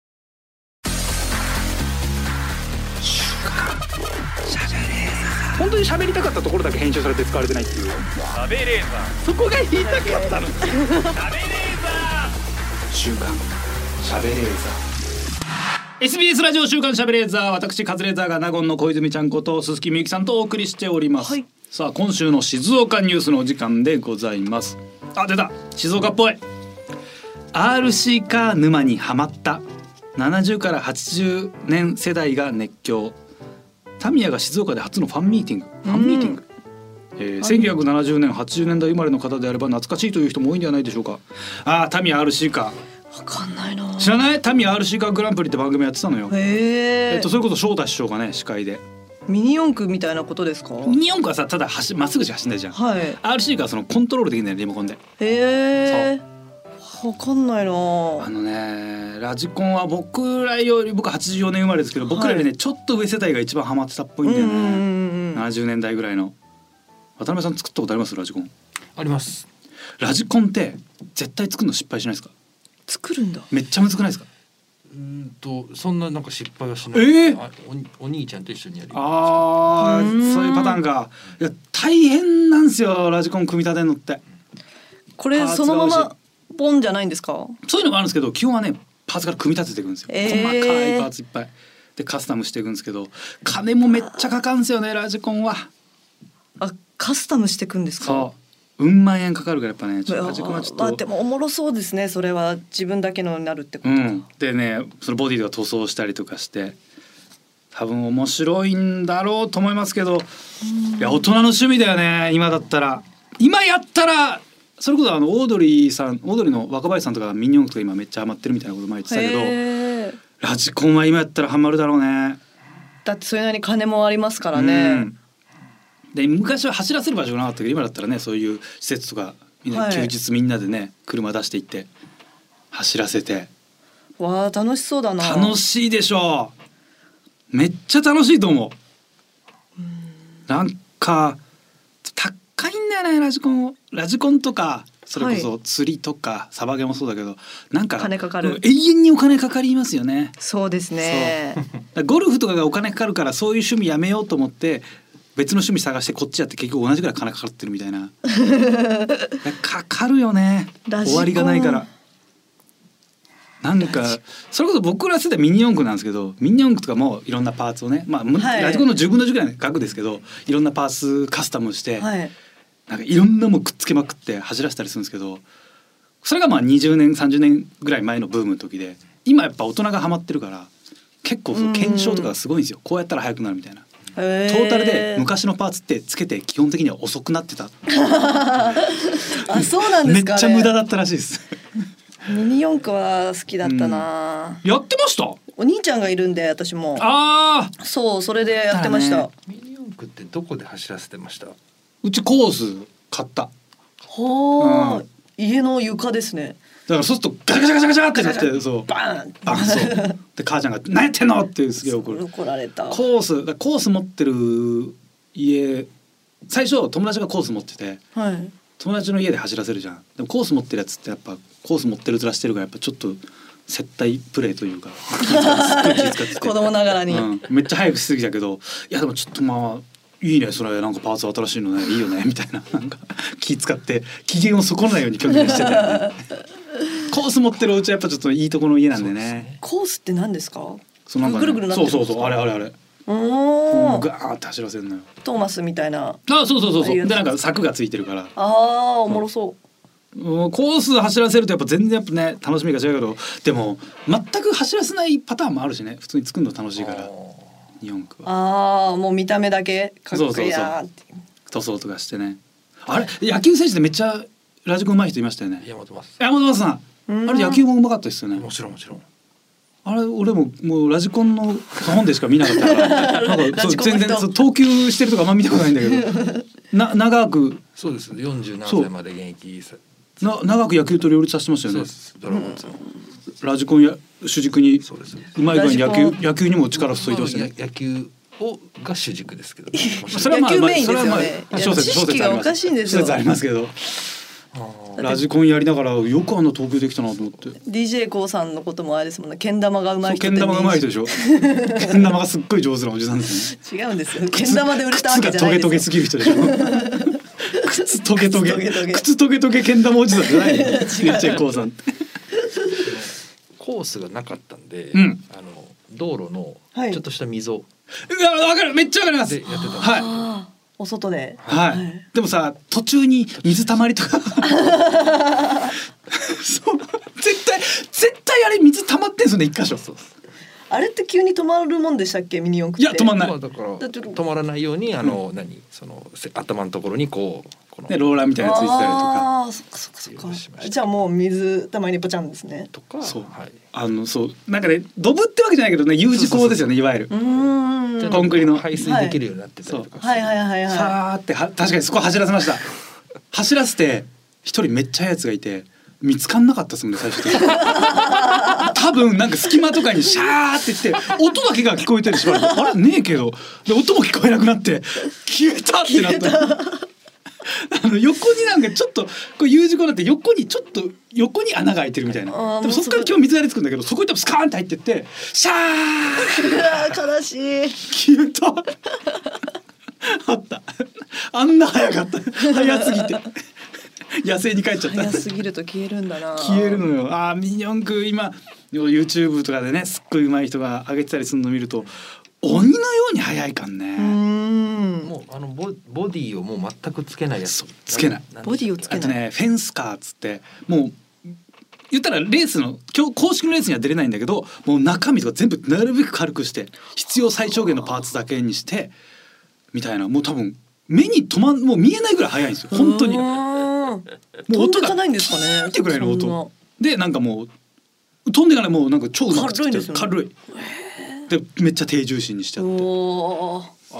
週刊しゃべれーザー。本当に喋りたかったところだけ編集されて使われてないっていう。しゃべれーザー、そこが言いたかったの。しゃべれーザー、週刊しゃべれーザー。SBS ラジオ週刊しゃべれーザー、私カズレーザーが納言の小泉ちゃんこと鈴木みゆきさんとお送りしております、さあ今週の静岡ニュースのお時間でございます。出た、静岡っぽい。 RC カー沼にハマった70から80年世代が熱狂。タミヤが静岡で初のファンミーティング、1970年80年代生まれの方であれば懐かしいという人も多いんではないでしょうか。タミヤ RC カーわかんないな。 知らない？タミヤ RC カーグランプリって番組やってたのよ。それこそ翔太師匠がね司会で。 ミニ四駆みたいなことですか？ ミニ四駆はさただまっすぐしか走んないじゃん、RC カーはそのコントロールできるんだよリモコンで。 わかんないな。ラジコンは僕84年生まれですけど、僕らよりねちょっと上世代が一番ハマってたっぽいんだよね。70年代ぐらいの。渡辺さん作ったことあります？ラジコン。 あります。 ラジコンって絶対作るの失敗しないですか？ 作るんだ。 めっちゃ難くないですか？ そんななんか失敗はしない。お兄ちゃんと一緒にやる。 そういうパターンか。いや大変なんですよラジコン組み立てるのって。 これそのままボンじゃないんですか？ そういうのもあるんですけど、基本はねパーツから組み立てていくんですよ、細かいパーツいっぱいでカスタムしていくんですけど、金もめっちゃかかるんですよねラジコンは。 カスタムしていくんですか？ そう、うん万円かかるからやっぱねラジコンはちょっと、 でもおもろそうですね。それは自分だけのになるってことか、 でねそのボディとか塗装したりとかして多分面白いんだろうと思いますけど、いや大人の趣味だよね。今だったら、今やったらそれこそオードリーの若林さんとかミニ四駆とか今めっちゃハマってるみたいなことも言ってたけど、ラジコンは今やったらハマるだろうね。 だってそれなりに金もありますからね、 で昔は走らせる場所がなかったけど、今だったらねそういう施設とかみんな、休日みんなでね車出していって走らせて、 わあ楽しそうだな。 楽しいでしょう。めっちゃ楽しいと思う。なんか高いんだよねラジコンとか、それこそ釣りとかサバゲーもそうだけど、なんか金かかる、 永遠にお金かかりますよね。 そうですね。 ゴルフとかがお金かかるから、そういう趣味やめようと思って別の趣味探してこっちやって結局同じぐらい金かかってるみたいなかかるよね、終わりがないから。なんかそれこそ僕ら世代ミニ四駆なんですけど、ミニ四駆とかもいろんなパーツをね、ラジコンの10分の10ぐらいの額ですけど、いろんなパーツカスタムして、なんかいろんなもんくっつけまくって走らせたりするんですけど、それが20年30年ぐらい前のブームの時で、今やっぱ大人がハマってるから結構その検証とかがすごいんですよ。こうやったら速くなるみたいな。トータルで昔のパーツってつけて基本的には遅くなってたそうなんですか、 めっちゃ無駄だったらしいですミニ四駆は好きだったな、 やってました。 お兄ちゃんがいるんで私も。そうそれでやってました。 ミニ四駆ってどこで走らせてました？ うちコース買った。 家の床ですね。 だからそうするとガチャガチャガチャってなって、そうバーンバンそうで母ちゃんが何やってんのってすげえ怒られた。 コース持ってる家、最初友達がコース持ってて、友達の家で走らせるじゃん。でもコース持ってるやつってやっぱコース持ってるずらしてるからやっぱちょっと接待プレイというかすっごい気遣ってて子供ながらに、 めっちゃ早くしすぎたけど、いやでもちょっといいねそれ、なんかパーツ新しいのねいいよねみたいな、なんか気使って機嫌を損なないように拒否してたよねコース持ってるお家はやっぱちょっといいところの家なんでね。 コースって何ですか？ ぐるぐるなってるんですか？そうあれガーって走らせるのよ。 トーマスみたいな。 そうでなんか柵がついてるから。 おもろそう。 コース走らせるとやっぱ全然やっぱね楽しみが違うけど、でも全く走らせないパターンもあるしね。普通に作るの楽しいから日本区は。 もう見た目だけかっこいいなって。 塗装とかしてね。あれ野球選手でめっちゃラジコン上手い人いましたよね。山本さん、あれ野球も上手かったですよね。 もちろんあれ俺もうラジコンの本でしか見なかったからなんか全然投球してるとかあんま見たことないんだけど長くそうです40何歳まで現役長く野球と両立させてましたよね。 ドラゴンズのラジコンや主軸にうまい具合に野球にも力注いでましたね。 野球が主軸ですけど、 それは野球メインですよね。知識がおかしいんですよ。 ありますけど、ラジコンやりながらよくあんな投球できたなと思って。 DJ コウさんのこともあれですもんね。けん玉がうまい人。 けん玉がうまい人でしょけん玉がすっごい上手なおじさんですね。 違うんですよ。けん玉で売れたわけじゃないですよ。 靴がトゲトゲすぎる人でしょ靴トゲトゲけん玉おじさんじゃない DJ コウさんコースがなかったんで、道路のちょっとした溝、 わかる、めっちゃわかります。 でやってた。 お外で、 でもさ途中に水たまりとかそう絶対あれ水たまってんすよね一箇所。 あれって急に止まるもんでしたっけミニ四駆って。 いや止まんない。 だから止まらないようにその頭のところにこうローラーみたいなついてたりとか。 そっか。じゃあもう水たまりにポチャンですね。 とか。 そうなんかねドブってわけじゃないけどね U 字工ですよねいわゆる。コンクリの排水できるようになってたりとか。 はい。 さーって確かにそこ走らせました。走らせて一人めっちゃ速いやつがいて見つかんなかったですもんね最初多分なんか隙間とかにシャーって言って音だけが聞こえてるしばらくあれねえけどで音も聞こえなくなって消えたってなった横になんかちょっとこう U 字工になって横にちょっと横に穴が開いてるみたいな。でもそこから今日水が出てくるんだけど、そこに多分スカーンって入ってってシャーうわ悲しい消えたあったあんな早かった早すぎて野生に帰っちゃった。 早すぎると消えるんだな。 消えるのよ。ミニ四駆今 YouTube とかでねすっごい上手い人が上げてたりするのを見ると鬼のように速いかんね。 もうボディをもう全くつけないやつ。 つけない。 ボディをつけない。 あとねフェンスカーっつってもう言ったらレースの公式のレースには出れないんだけど、もう中身とか全部なるべく軽くして必要最小限のパーツだけにしてみたいな、もう多分目にもう見えないぐらい速いんですよ本当に。もう音がないんですかね。 ってぐらいの音でなんかもう飛んでからもうなんか超うまく作ってる。軽いでめっちゃ低重心にしちゃって、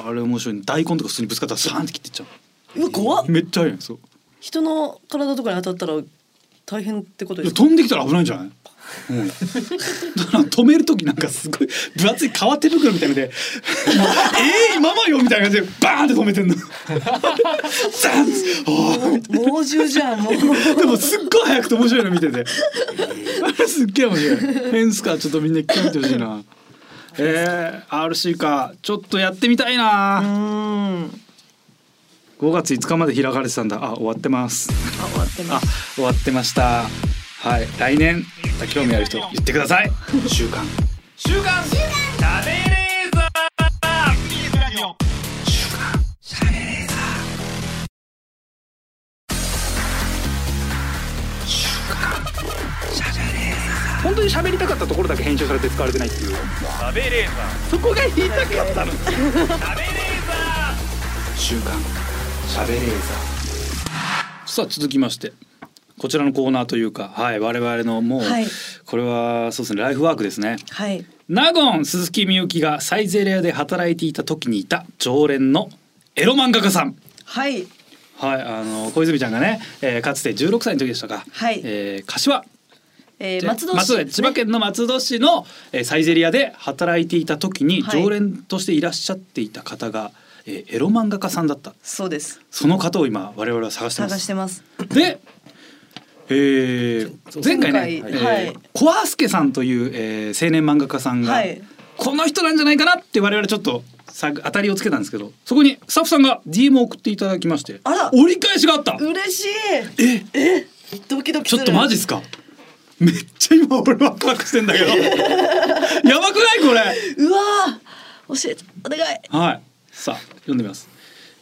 あれ面白い。大根とか普通にぶつかったらサーンって切ってっちゃう。 うわ怖っ。 めっちゃ速い。そう人の体とかに当たったら大変ってことですか。 飛んできたら危ないんじゃない。だから止める時なんかすごい分厚い革手袋みたいなのでママよみたいな感じでバーンって止めてんのザン猛獣じゃんもうでもすっごい速くて面白いの見ててすっげえ面白い。フェンスカーちょっとみんな聞いてほしいな。RC かちょっとやってみたいな。5月5日まで開かれてたんだ。終わってます。終わってました。はい、来年興味ある人言ってください。週刊しゃべれーザー。週刊しゃべれーザー。週刊しゃべれーザー。本当に喋りたかったところだけ編集されて使われてないっていう。しゃべれーザー。そこが言いたかったの。しゃべれーザー。週刊しゃべれーザー。さあ続きましてこちらのコーナーというか、はい、我々のもう、はい、これはそうですねライフワークですね。 はい、 納言鈴木みゆきがサイゼリヤで働いていた時にいた常連のエロ漫画家さん。 はい、 はい、小泉ちゃんがね、かつて16歳の時でしたか、 はい、 柏、 松戸市、 千葉県の松戸市の、サイゼリヤで働いていた時に常連としていらっしゃっていた方が、エロ漫画家さんだった。 そうです。 その方を今我々は探してます。で前回ね、小和助さんという、青年漫画家さんが、はい、この人なんじゃないかなって我々ちょっと当たりをつけたんですけど、そこにスタッフさんが DM を送っていただきまして、折り返しがあった。 嬉しい。ドキドキする。 ちょっとマジっすか。めっちゃ今俺ワクワクしてんだけどやばくないこれ。 うわ教えてお願い。 はい、さあ読んでみます。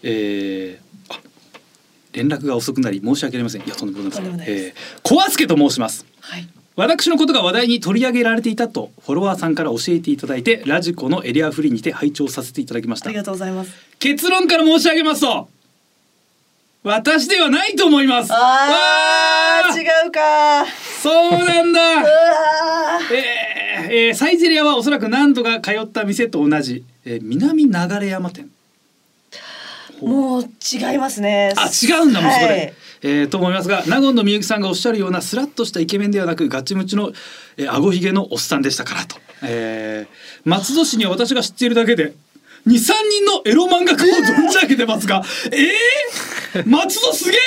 連絡が遅くなり申し訳ありません。いやとんでもございません。小和助と申します。はい、私のことが話題に取り上げられていたとフォロワーさんから教えていただいて、ラジコのエリアフリーにて拝聴させていただきました。 ありがとうございます。 結論から申し上げますと、私ではないと思います。 違うか。 そうなんだ。サイゼリヤはおそらく何度か通った店と同じ、南流山店。 もう違いますね。 違うんだもん、そこで、と思いますが、納言のみゆきさんがおっしゃるようなスラッとしたイケメンではなくガチムチの、顎ひげのおっさんでしたからと、松戸市には私が知っているだけで 2,3 人のエロ漫画家を存じ上げてますが、松戸すげ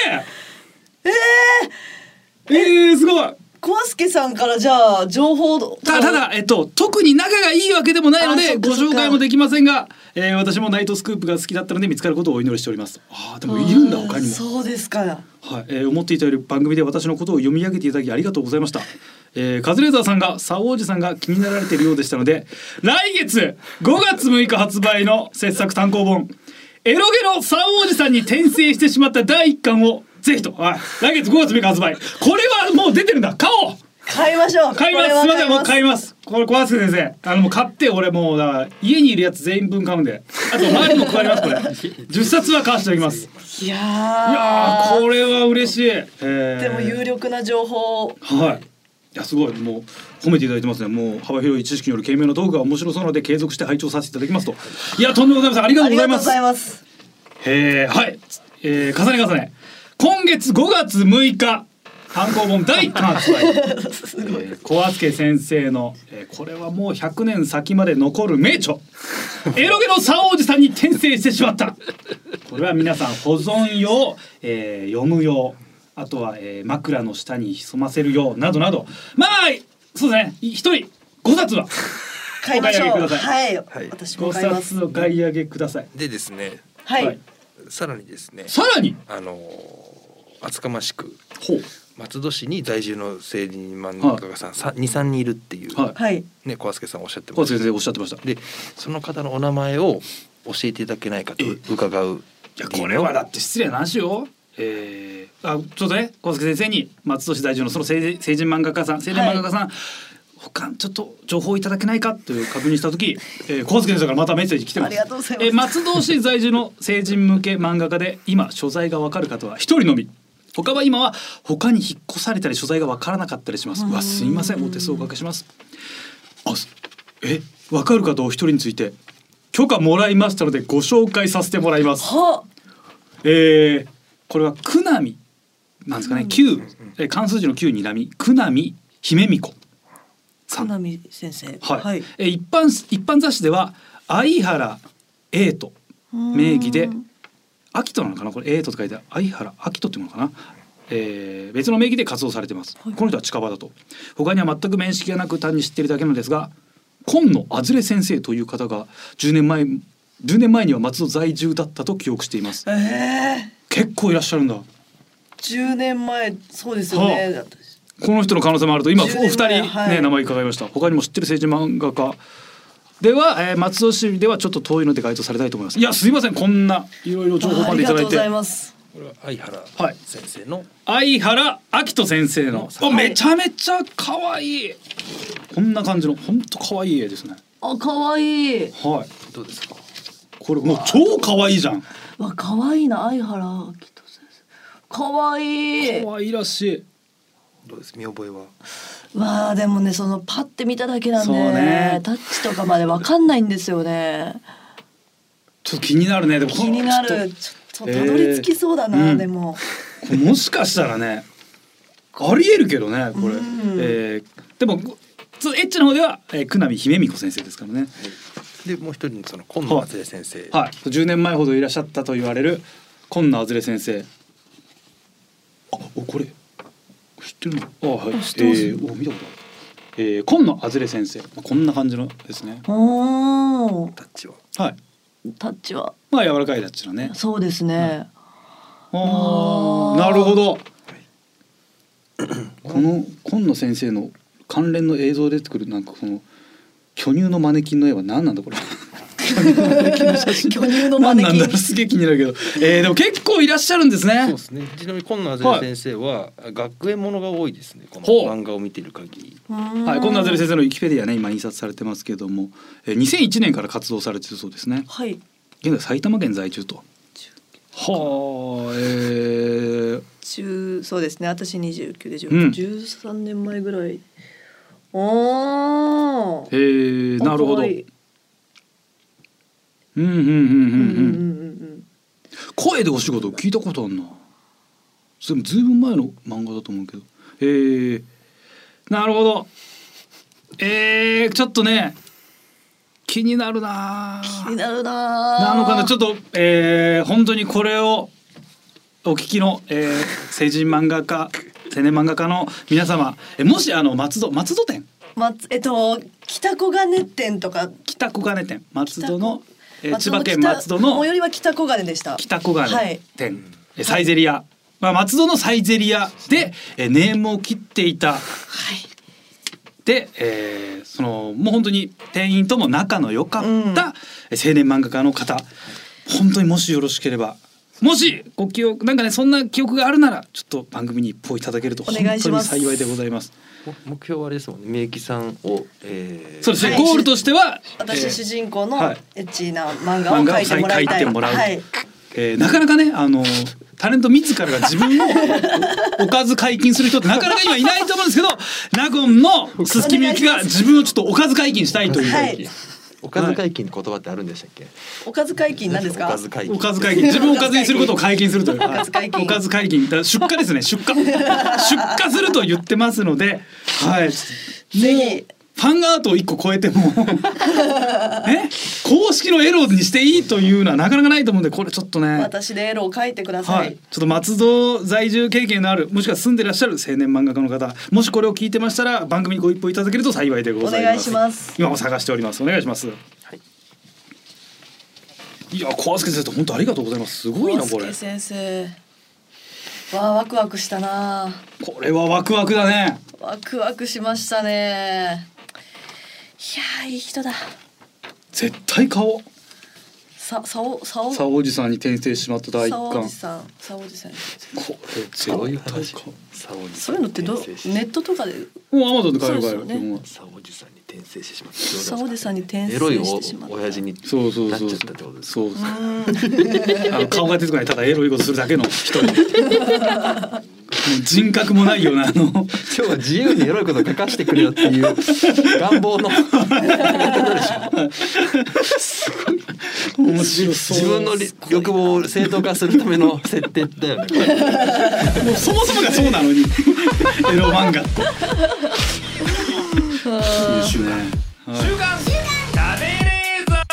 え。すごい。 小和助さんからじゃあ情報ただ、特に仲がいいわけでもないのでご紹介もできませんが、私もナイトスクープが好きだったので見つかることをお祈りしております。でもいるんだ他にも。 そうですか。 はい、思っていたより番組で私のことを読み上げていただきありがとうございました。カズレーザーさんがサオ王子さんが気になられているようでしたので、来月5月6日発売の傑作単行本エロゲロサオ王子さんに転生してしまった第1巻をぜひと、来月5月6日発売。これはもう出てるんだ。買いましょう。買います。すみません、もう買います。これ小和助先生、もう買って、俺もうだから家にいるやつ全員分買うんで、あと周りも配ります。これ10冊は買わせていただきます。 いやこれは嬉しい。 でも有力な情報。 はい。いやすごい、もう褒めていただいてますね。もう幅広い知識による軽妙なトークが面白そうなので継続して拝聴させていただきますと。いやとんでもございません。ありがとうございます。 ありがとうございます。 はい。重ね今月5月6日単行本第1巻発売。小和助先生の、これはもう100年先まで残る名著エロゲのサオ王子さんに転生してしまったこれは皆さん保存用、読む用、あとは、枕の下に潜ませる用などなど、まあそうですね、一人5冊は買いましょう。 はい、 私も買います。 5冊お買い上げください。 でですね、 はい、 さらにですね、 さらに厚かましくほう松戸市に在住の成人漫画家さん2、3人いるっていう、ね、小助さんおっしゃってました。 小助先生おっしゃってました。 でその方のお名前を教えていただけないかと伺う。 いやこれはだって失礼な話よ。ちょっとね小助先生に松戸市在住のその成人漫画家さん、青年漫画家さん、他ちょっと情報いただけないかという確認した時、小助先生からまたメッセージ来てます。 ありがとうございます。 松戸市在住の成人向け漫画家で今所在がわかる方は一人のみ。他は今は他に引っ越されたり所在がわからなかったりします。わすいません、お手数おかけします。わかる方お一人について許可もらいましたのでご紹介させてもらいます。これは久波なんですかね。9漢数字の9に波久波姫美子さん。 久波先生。 はい。一般雑誌では相原英斗名義で秋人なのかな、これ英斗と書いて相原秋人っていうのかな、別の名義で活動されています。この人は近場だと。他には全く面識がなく単に知っているだけなのですが、今野あずれ先生という方が10年前には松戸在住だったと記憶しています。結構いらっしゃるんだ。 10年前、そうですよね。 この人の可能性もあると。今お二人ね、名前伺いました。他にも知ってる成人漫画家では、松戸市ではちょっと遠いので該当されたいと思います。いやすいません、こんないろいろ情報までいただいて。 ありがとうございます。 これは相原先生の、 相原明人先生の、めちゃめちゃ可愛い。こんな感じの本当可愛い絵ですね。 可愛い。 はい。 どうですか。 これもう超可愛いじゃん。 可愛いな、相原明人先生。可愛い。 可愛いらしい。 どうです、見覚えは。 でもね、そのパッて見ただけなんで、タッチとかまでわかんないんですよね。 ちょっと気になるね。でも気になる。ちょっとたどり着きそうだな、でも。 もしかしたらね、ありえるけどね、これ。でもエッチの方では久波姫美子先生ですからね。 でもう一人のその今野あずれ先生。 はい。10年前ほどいらっしゃったと言われる今野あずれ先生。これ。知ってるの？はい。見たことある。今野あずれ先生、こんな感じのですね。 タッチは。 はい。 タッチは。 柔らかいタッチのね。 そうですね。 なるほど。この今野先生の関連の映像で出てくるなんかその巨乳のマネキンの絵は何なんだこれ。 巨乳のマネキン。 なんだろう、すげえ気になるけど。でも結構いらっしゃるんですね。 そうですね。ちなみに今野あずれ先生は学園ものが多いですね。この漫画を見ている限り。 はい。今野あずれ先生のウィキペディアね、今印刷されてますけども、2001年から活動されているそうですね。 はい。 現在埼玉県在住と。はあ。 そうですね。私29で13年前ぐらい。なるほど。声でお仕事聞いたことあるな。ずいぶん前の漫画だと思うけど。なるほど。ちょっとね気になるな。なのかな。ちょっと本当にこれをお聞きの、成人漫画家、青年漫画家の皆様、もし松戸店、北小金店とか、北小金店、松戸の千葉県松戸の最寄りは北小金でした。北小金店、サイゼリア、松戸のサイゼリアで、ネームを切っていた。で、もう本当に店員とも仲の良かった青年漫画家の方、本当にもしよろしければ、もしご記憶なんかね、そんな記憶があるならちょっと番組に一報いただけると本当に幸いでございます。 目標はあれですもんね、みゆきさんを、 そうですね、ゴールとしては私主人公のエッチな漫画を描いてもらいたい。 なかなかね、タレント自らが自分のおかず解禁する人ってなかなか今いないと思うんですけど、納言の鈴木みゆきが自分をちょっとおかず解禁したいという、 おかず解禁の言葉ってあるんでしたっけ？ おかず解禁なんですか？ おかず解禁。 おかず解禁。自分をおかずにすることを解禁するという。 おかず解禁。 おかず解禁。出荷ですね。出荷すると言ってますので、はい。 ぜひファンアートを1個超えても公式のエロにしていいというのはなかなかないと思うんで、これちょっとね私でエロを書いてください、 ちょっと松戸在住経験のある、もしくは住んでらっしゃる青年漫画家の方、もしこれを聞いてましたら番組にご一報いただけると幸いでございます。 お願いします。 今も探しております。お願いします。いや、小助先生本当ありがとうございます。すごいなこれ。 小助先生ワクワクしたな。 これはワクワクだね。 ワクワクしましたね。いやいい人だ。 絶対買おう。 さおじさんに転生しまった第一巻。 さおじさん。 これ絶対買おう。 そういうのってネットとかで。 もうアマゾンで買えるから。 さおじさんに転生してしまった。 さおじさんに転生してしまった。 エロい親父になっちゃったってことです。 そう顔が出てこない、ただエロいことするだけの人。もう人格もないような今日は自由にエロいこと書かしてくれよっていう願望の面白そう。 自分の欲望を正当化するための設定だよね。 もうそもそもがそうなのにエロ漫画っていいしね。週刊しゃべれーザ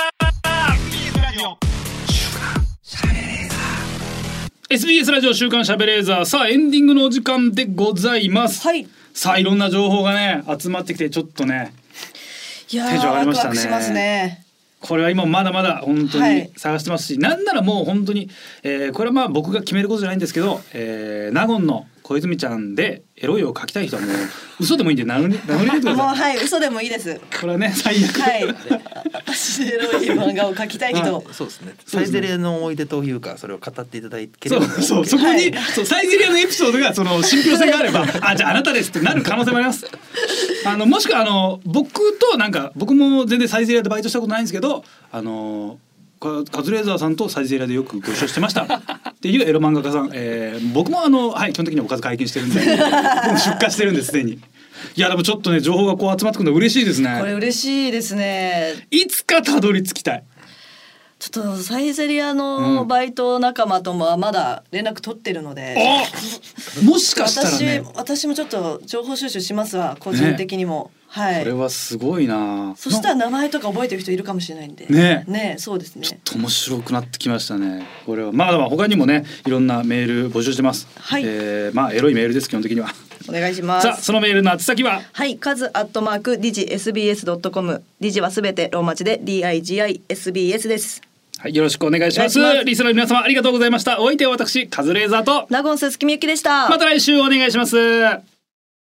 ー SBS ラジオ週刊しゃべれーザー。さあエンディングのお時間でございます、さあいろんな情報がね集まってきて、ちょっとねテンション上がりましたね。ワクワクしますね。 これは今まだまだ本当に探してますし、なんならもう本当に、これはまあ僕が決めることじゃないんですけど、納言の小泉ちゃんでエロいを書きたい人はもう嘘でもいいんで名乗り出てください。 もう嘘でもいいです。 これはね最悪。 私でエロい漫画を描きたい人。 そうですね。サイゼリヤの思い出というかそれを語っていただければ。 そこに、サイゼリヤのエピソードがその信憑性があればじゃああなたですってなる可能性もあります。もしくは僕となんか僕も全然サイゼリヤでバイトしたことないんですけど、カズレーザーさんとサイゼリヤでよくご一緒してましたっていうエロ漫画家さん、僕も基本的におかず解禁してるんで僕も出荷してるんですでに。いやでもちょっとね情報がこう集まってくるの嬉しいですね。 これ嬉しいですね。 いつかたどり着きたい。 ちょっとサイゼリヤのバイト仲間ともまだ連絡取ってるので、 もしかしたらね私もちょっと情報収集しますわ、個人的にも、 これはすごいな。 そしたら名前とか覚えてる人いるかもしれないんでね。そうですね。 ちょっと面白くなってきましたね。これはまだまだ他にもねいろんなメール募集してます。エロいメールです基本的には。 お願いします。 さあそのメールの宛先は kaz@digisbs.com。 ディジはすべてローマ字で DIGISBS です。 よろしくお願いします。リスナーの皆様ありがとうございました。お相手は私カズレーザーと納言鈴木みゆきでした。 また来週お願いします。